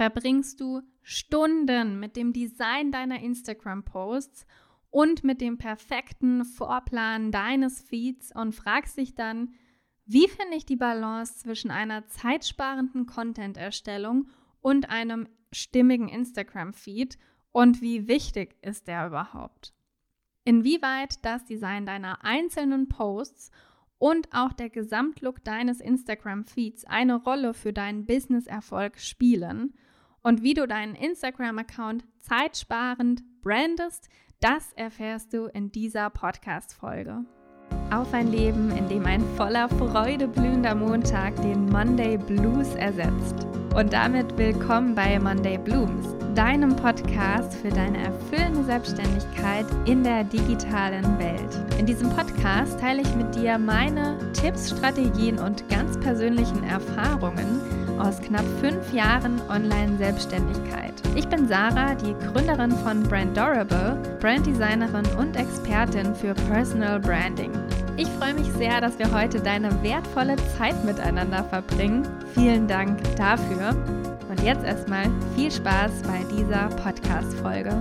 verbringst du Stunden mit dem Design deiner Instagram-Posts und mit dem perfekten Vorplan deines Feeds und fragst dich dann, wie finde ich die Balance zwischen einer zeitsparenden Content-Erstellung und einem stimmigen Instagram-Feed und wie wichtig ist der überhaupt? Inwieweit das Design deiner einzelnen Posts und auch der Gesamtlook deines Instagram-Feeds eine Rolle für deinen Business-Erfolg spielen und wie du deinen Instagram-Account zeitsparend brandest, das erfährst du in dieser Podcast-Folge. Auf ein Leben, in dem ein voller Freude blühender Montag den Monday Blues ersetzt. Und damit willkommen bei Monday Blooms, deinem Podcast für deine erfüllende Selbstständigkeit in der digitalen Welt. In diesem Podcast teile ich mit dir meine Tipps, Strategien und ganz persönlichen Erfahrungen aus knapp 5 Jahren Online-Selbstständigkeit. Ich bin Sarah, die Gründerin von Brandorable, Branddesignerin und Expertin für Personal Branding. Ich freue mich sehr, dass wir heute deine wertvolle Zeit miteinander verbringen. Vielen Dank dafür. Und jetzt erstmal viel Spaß bei dieser Podcast-Folge.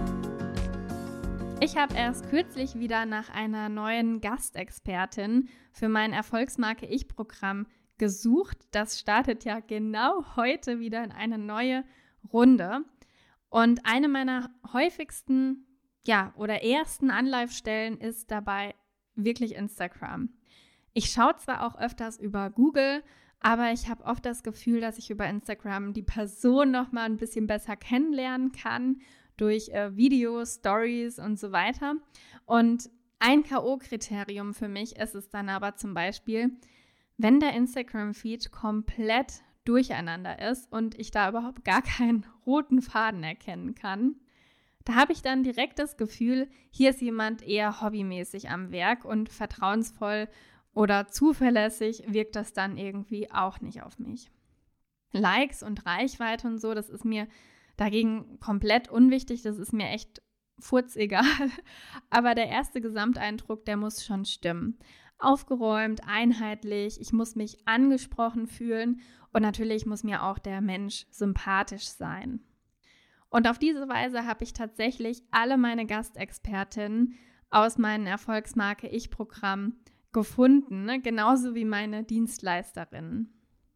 Ich habe erst kürzlich wieder nach einer neuen Gastexpertin für mein Erfolgsmarke Ich-Programm gesucht. Das startet ja genau heute wieder in eine neue Runde. Und eine meiner häufigsten, oder ersten Anlaufstellen ist dabei wirklich Instagram. Ich schaue zwar auch öfters über Google, aber ich habe oft das Gefühl, dass ich über Instagram die Person noch mal ein bisschen besser kennenlernen kann durch Videos, Stories und so weiter. Und ein K.O.-Kriterium für mich ist es dann aber zum Beispiel, wenn der Instagram-Feed komplett durcheinander ist und ich da überhaupt gar keinen roten Faden erkennen kann, da habe ich dann direkt das Gefühl, hier ist jemand eher hobbymäßig am Werk und vertrauensvoll oder zuverlässig wirkt das dann irgendwie auch nicht auf mich. Likes und Reichweite und so, das ist mir dagegen komplett unwichtig, das ist mir echt furzegal. Aber der erste Gesamteindruck, der muss schon stimmen. Aufgeräumt, einheitlich, ich muss mich angesprochen fühlen und natürlich muss mir auch der Mensch sympathisch sein. Und auf diese Weise habe ich tatsächlich alle meine Gastexpertinnen aus meinem Erfolgsmarke Ich-Programm gefunden, genauso wie meine Dienstleisterinnen.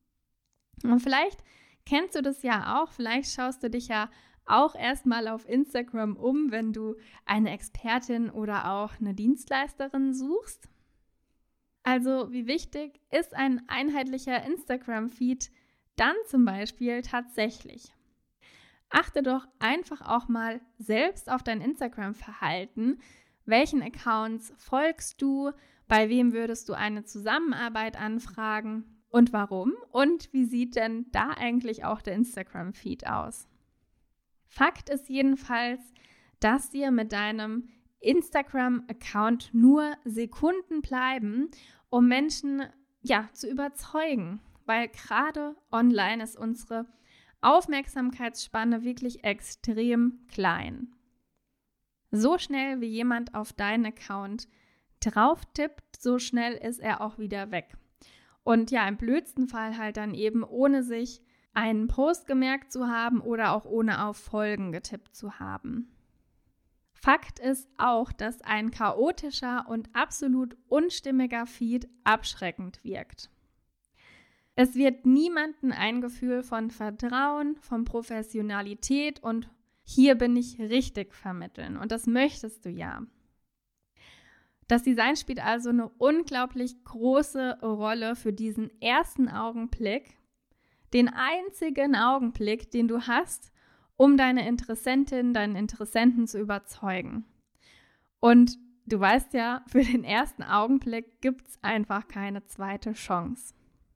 Und vielleicht kennst du das ja auch, vielleicht schaust du dich ja auch erstmal auf Instagram um, wenn du eine Expertin oder auch eine Dienstleisterin suchst. Also wie wichtig ist ein einheitlicher Instagram-Feed dann zum Beispiel tatsächlich? Achte doch einfach auch mal selbst auf dein Instagram-Verhalten. Welchen Accounts folgst du? Bei wem würdest du eine Zusammenarbeit anfragen? Und warum? Und wie sieht denn da eigentlich auch der Instagram-Feed aus? Fakt ist jedenfalls, dass dir mit deinem Instagram-Account nur Sekunden bleiben, um Menschen zu überzeugen. Weil gerade online ist unsere Aufmerksamkeitsspanne wirklich extrem klein. So schnell wie jemand auf deinen Account drauf tippt, so schnell ist er auch wieder weg. Und im blödsten Fall halt dann eben ohne sich einen Post gemerkt zu haben oder auch ohne auf Folgen getippt zu haben. Fakt ist auch, dass ein chaotischer und absolut unstimmiger Feed abschreckend wirkt. Es wird niemandem ein Gefühl von Vertrauen, von Professionalität und hier bin ich richtig vermitteln. Und das möchtest du ja. Das Design spielt also eine unglaublich große Rolle für diesen ersten Augenblick, den einzigen Augenblick, den du hast, um deine Interessentin, deinen Interessenten zu überzeugen. Und du weißt ja, für den ersten Augenblick gibt es einfach keine zweite Chance.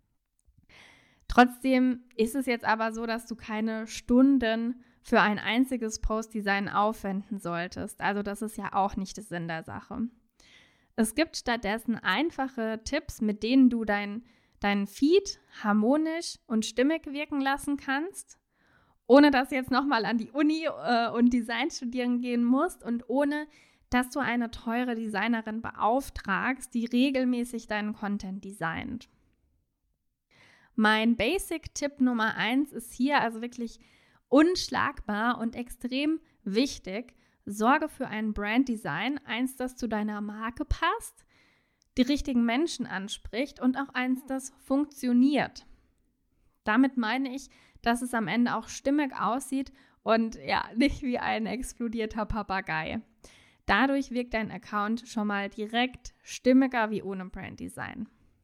Trotzdem ist es jetzt aber so, dass du keine Stunden für ein einziges Postdesign aufwenden solltest. Also das ist ja auch nicht der Sinn der Sache. Es gibt stattdessen einfache Tipps, mit denen du deinen Feed harmonisch und stimmig wirken lassen kannst, ohne dass du jetzt nochmal an die Uni und Design studieren gehen musst und ohne, dass du eine teure Designerin beauftragst, die regelmäßig deinen Content designt. Mein Basic-Tipp Nummer 1 ist hier also wirklich unschlagbar und extrem wichtig. Sorge für ein Branddesign, eins, das zu deiner Marke passt, die richtigen Menschen anspricht und auch eins, das funktioniert. Damit meine ich, dass es am Ende auch stimmig aussieht und ja, nicht wie ein explodierter Papagei. Dadurch wirkt dein Account schon mal direkt stimmiger wie ohne Branddesign.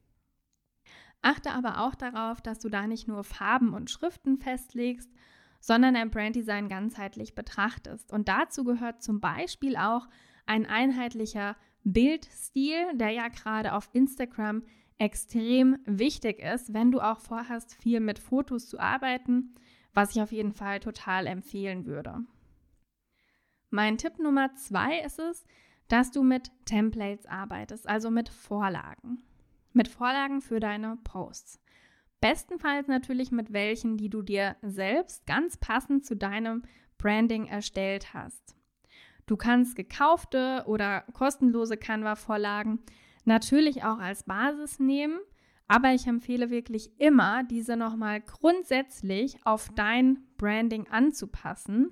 Achte aber auch darauf, dass du da nicht nur Farben und Schriften festlegst, sondern dein Branddesign ganzheitlich betrachtest. Und dazu gehört zum Beispiel auch ein einheitlicher Bildstil, der ja gerade auf Instagram extrem wichtig ist, wenn du auch vorhast, viel mit Fotos zu arbeiten, was ich auf jeden Fall total empfehlen würde. Mein Tipp Nummer 2 ist es, dass du mit Templates arbeitest, also mit Vorlagen. Mit Vorlagen für deine Posts. Bestenfalls natürlich mit welchen, die du dir selbst ganz passend zu deinem Branding erstellt hast. Du kannst gekaufte oder kostenlose Canva-Vorlagen natürlich auch als Basis nehmen, aber ich empfehle wirklich immer, diese nochmal grundsätzlich auf dein Branding anzupassen.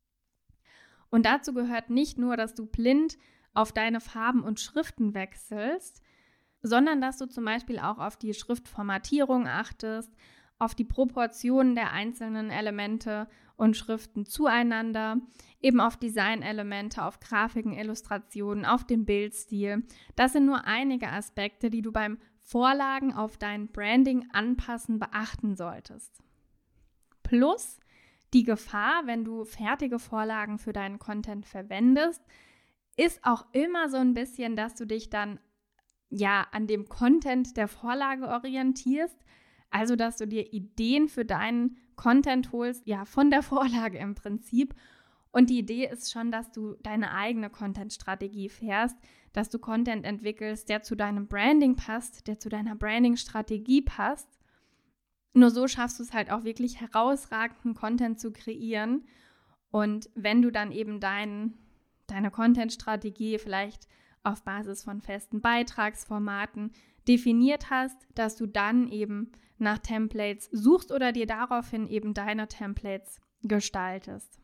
Und dazu gehört nicht nur, dass du blind auf deine Farben und Schriften wechselst, sondern dass du zum Beispiel auch auf die Schriftformatierung achtest, auf die Proportionen der einzelnen Elemente und Schriften zueinander, eben auf Designelemente, auf Grafiken, Illustrationen, auf den Bildstil. Das sind nur einige Aspekte, die du beim Vorlagen auf dein Branding anpassen beachten solltest. Plus die Gefahr, wenn du fertige Vorlagen für deinen Content verwendest, ist auch immer so ein bisschen, dass du dich dann an dem Content der Vorlage orientierst, also dass du dir Ideen für deinen Content holst, von der Vorlage im Prinzip. Und die Idee ist schon, dass du deine eigene Content-Strategie fährst, dass du Content entwickelst, der zu deinem Branding passt, der zu deiner Branding-Strategie passt. Nur so schaffst du es halt auch wirklich herausragenden Content zu kreieren. Und wenn du dann eben deine Content-Strategie vielleicht auf Basis von festen Beitragsformaten definiert hast, dass du dann eben nach Templates suchst oder dir daraufhin eben deine Templates gestaltest.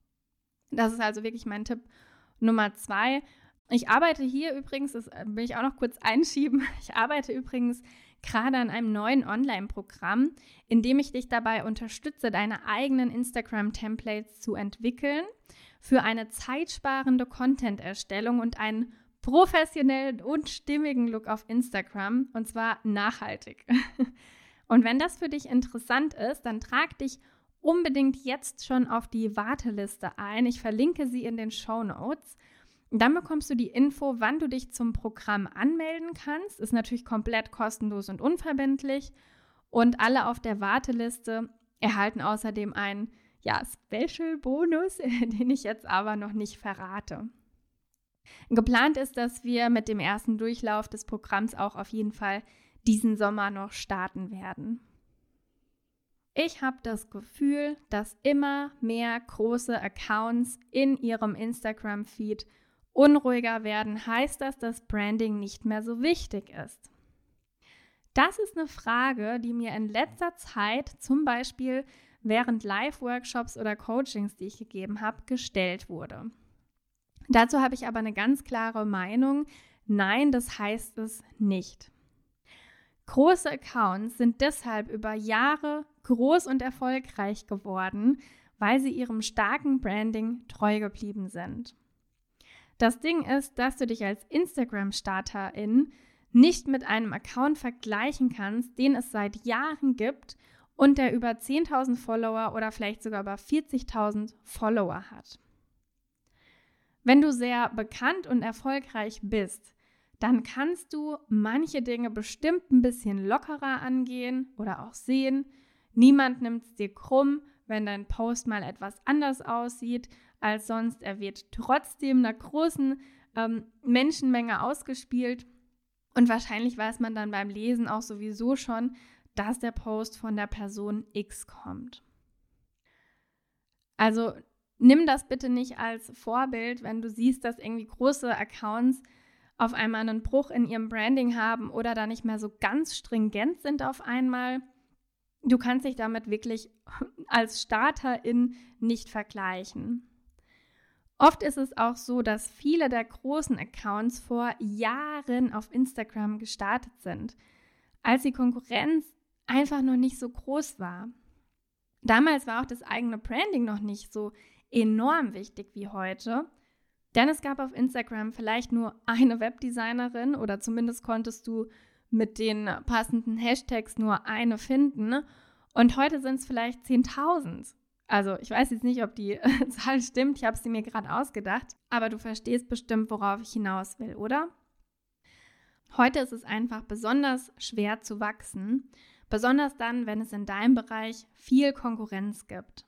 Das ist also wirklich mein Tipp Nummer 2. Ich arbeite hier übrigens, das will ich auch noch kurz einschieben, ich arbeite übrigens gerade an einem neuen Online-Programm, in dem ich dich dabei unterstütze, deine eigenen Instagram-Templates zu entwickeln für eine zeitsparende Content-Erstellung und einen professionellen und stimmigen Look auf Instagram, und zwar nachhaltig. Und wenn das für dich interessant ist, dann trag dich unbedingt jetzt schon auf die Warteliste ein. Ich verlinke sie in den Shownotes. Dann bekommst du die Info, wann du dich zum Programm anmelden kannst. Ist natürlich komplett kostenlos und unverbindlich. Und alle auf der Warteliste erhalten außerdem einen Special-Bonus, den ich jetzt aber noch nicht verrate. Geplant ist, dass wir mit dem ersten Durchlauf des Programms auch auf jeden Fall diesen Sommer noch starten werden. Ich habe das Gefühl, dass immer mehr große Accounts in ihrem Instagram-Feed unruhiger werden. Heißt das, dass Branding nicht mehr so wichtig ist? Das ist eine Frage, die mir in letzter Zeit zum Beispiel während Live-Workshops oder Coachings, die ich gegeben habe, gestellt wurde. Dazu habe ich aber eine ganz klare Meinung. Nein, das heißt es nicht. Große Accounts sind deshalb über Jahre groß und erfolgreich geworden, weil sie ihrem starken Branding treu geblieben sind. Das Ding ist, dass du dich als Instagram-Starterin nicht mit einem Account vergleichen kannst, den es seit Jahren gibt und der über 10.000 Follower oder vielleicht sogar über 40.000 Follower hat. Wenn du sehr bekannt und erfolgreich bist, dann kannst du manche Dinge bestimmt ein bisschen lockerer angehen oder auch sehen. Niemand nimmt es dir krumm, wenn dein Post mal etwas anders aussieht als sonst. Er wird trotzdem einer großen Menschenmenge ausgespielt. Und wahrscheinlich weiß man dann beim Lesen auch sowieso schon, dass der Post von der Person X kommt. Also nimm das bitte nicht als Vorbild, wenn du siehst, dass irgendwie große Accounts auf einmal einen Bruch in ihrem Branding haben oder da nicht mehr so ganz stringent sind auf einmal. Du kannst dich damit wirklich als Starterin nicht vergleichen. Oft ist es auch so, dass viele der großen Accounts vor Jahren auf Instagram gestartet sind, als die Konkurrenz einfach noch nicht so groß war. Damals war auch das eigene Branding noch nicht so enorm wichtig wie heute, denn es gab auf Instagram vielleicht nur eine Webdesignerin oder zumindest konntest du mit den passenden Hashtags nur eine finden und heute sind es vielleicht 10.000. Also ich weiß jetzt nicht, ob die Zahl stimmt, ich habe sie mir gerade ausgedacht, aber du verstehst bestimmt, worauf ich hinaus will, oder? Heute ist es einfach besonders schwer zu wachsen, besonders dann, wenn es in deinem Bereich viel Konkurrenz gibt.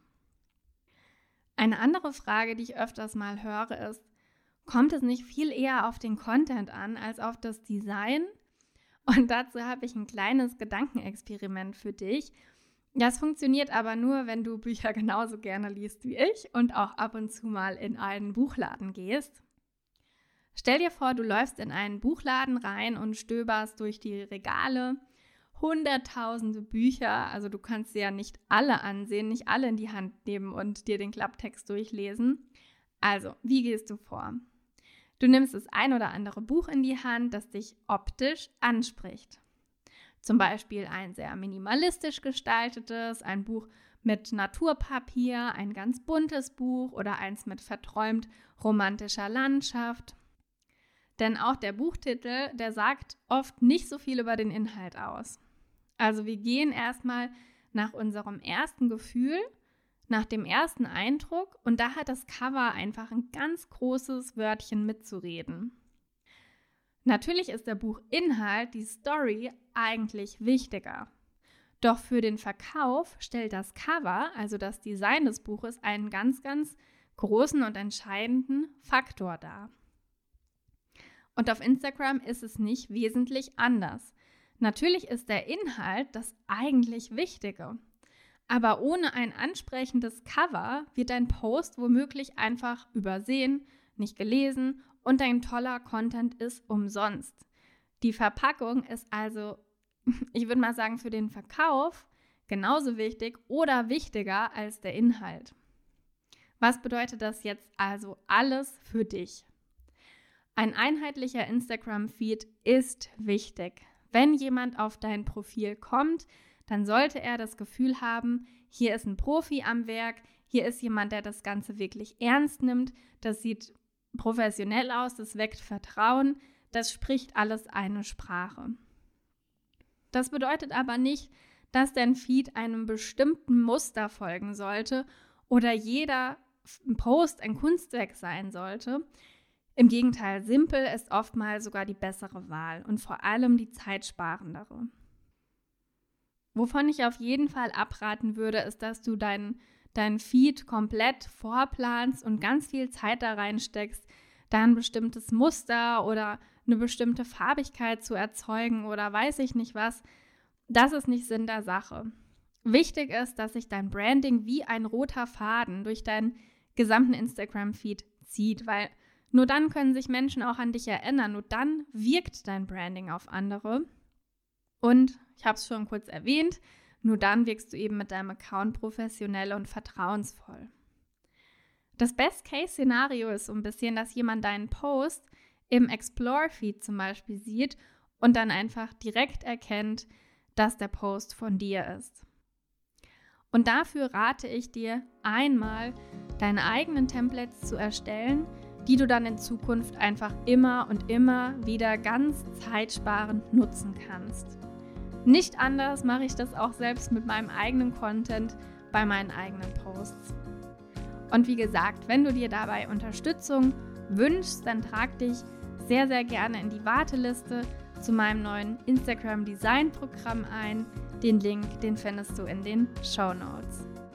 Eine andere Frage, die ich öfters mal höre, ist, kommt es nicht viel eher auf den Content an als auf das Design? Und dazu habe ich ein kleines Gedankenexperiment für dich. Das funktioniert aber nur, wenn du Bücher genauso gerne liest wie ich und auch ab und zu mal in einen Buchladen gehst. Stell dir vor, du läufst in einen Buchladen rein und stöberst durch die Regale, hunderttausende Bücher, also du kannst sie ja nicht alle ansehen, nicht alle in die Hand nehmen und dir den Klapptext durchlesen. Also, wie gehst du vor? Du nimmst das ein oder andere Buch in die Hand, das dich optisch anspricht. Zum Beispiel ein sehr minimalistisch gestaltetes, ein Buch mit Naturpapier, ein ganz buntes Buch oder eins mit verträumt romantischer Landschaft. Denn auch der Buchtitel, der sagt oft nicht so viel über den Inhalt aus. Also wir gehen erstmal nach unserem ersten Gefühl, nach dem ersten Eindruck und da hat das Cover einfach ein ganz großes Wörtchen mitzureden. Natürlich ist der Buchinhalt, die Story, eigentlich wichtiger. Doch für den Verkauf stellt das Cover, also das Design des Buches, einen ganz, ganz großen und entscheidenden Faktor dar. Und auf Instagram ist es nicht wesentlich anders. Natürlich ist der Inhalt das eigentlich Wichtige. Aber ohne ein ansprechendes Cover wird dein Post womöglich einfach übersehen, nicht gelesen und dein toller Content ist umsonst. Die Verpackung ist also, ich würde mal sagen, für den Verkauf genauso wichtig oder wichtiger als der Inhalt. Was bedeutet das jetzt also alles für dich? Ein einheitlicher Instagram-Feed ist wichtig. Wenn jemand auf dein Profil kommt, dann sollte er das Gefühl haben, hier ist ein Profi am Werk, hier ist jemand, der das Ganze wirklich ernst nimmt, das sieht professionell aus, das weckt Vertrauen, das spricht alles eine Sprache. Das bedeutet aber nicht, dass dein Feed einem bestimmten Muster folgen sollte oder jeder Post ein Kunstwerk sein sollte. Im Gegenteil, simpel ist oftmals sogar die bessere Wahl und vor allem die zeitsparendere. Wovon ich auf jeden Fall abraten würde, ist, dass du deinen Feed komplett vorplanst und ganz viel Zeit da reinsteckst, da ein bestimmtes Muster oder eine bestimmte Farbigkeit zu erzeugen oder weiß ich nicht was. Das ist nicht Sinn der Sache. Wichtig ist, dass sich dein Branding wie ein roter Faden durch deinen gesamten Instagram-Feed zieht, weil nur dann können sich Menschen auch an dich erinnern, nur dann wirkt dein Branding auf andere. Und, ich habe es schon kurz erwähnt, nur dann wirkst du eben mit deinem Account professionell und vertrauensvoll. Das Best-Case-Szenario ist so ein bisschen, dass jemand deinen Post im Explore-Feed zum Beispiel sieht und dann einfach direkt erkennt, dass der Post von dir ist. Und dafür rate ich dir, einmal deine eigenen Templates zu erstellen, die du dann in Zukunft einfach immer und immer wieder ganz zeitsparend nutzen kannst. Nicht anders mache ich das auch selbst mit meinem eigenen Content bei meinen eigenen Posts. Und wie gesagt, wenn du dir dabei Unterstützung wünschst, dann trag dich sehr, sehr gerne in die Warteliste zu meinem neuen Instagram-Design-Programm ein. Den Link, den findest du in den Shownotes.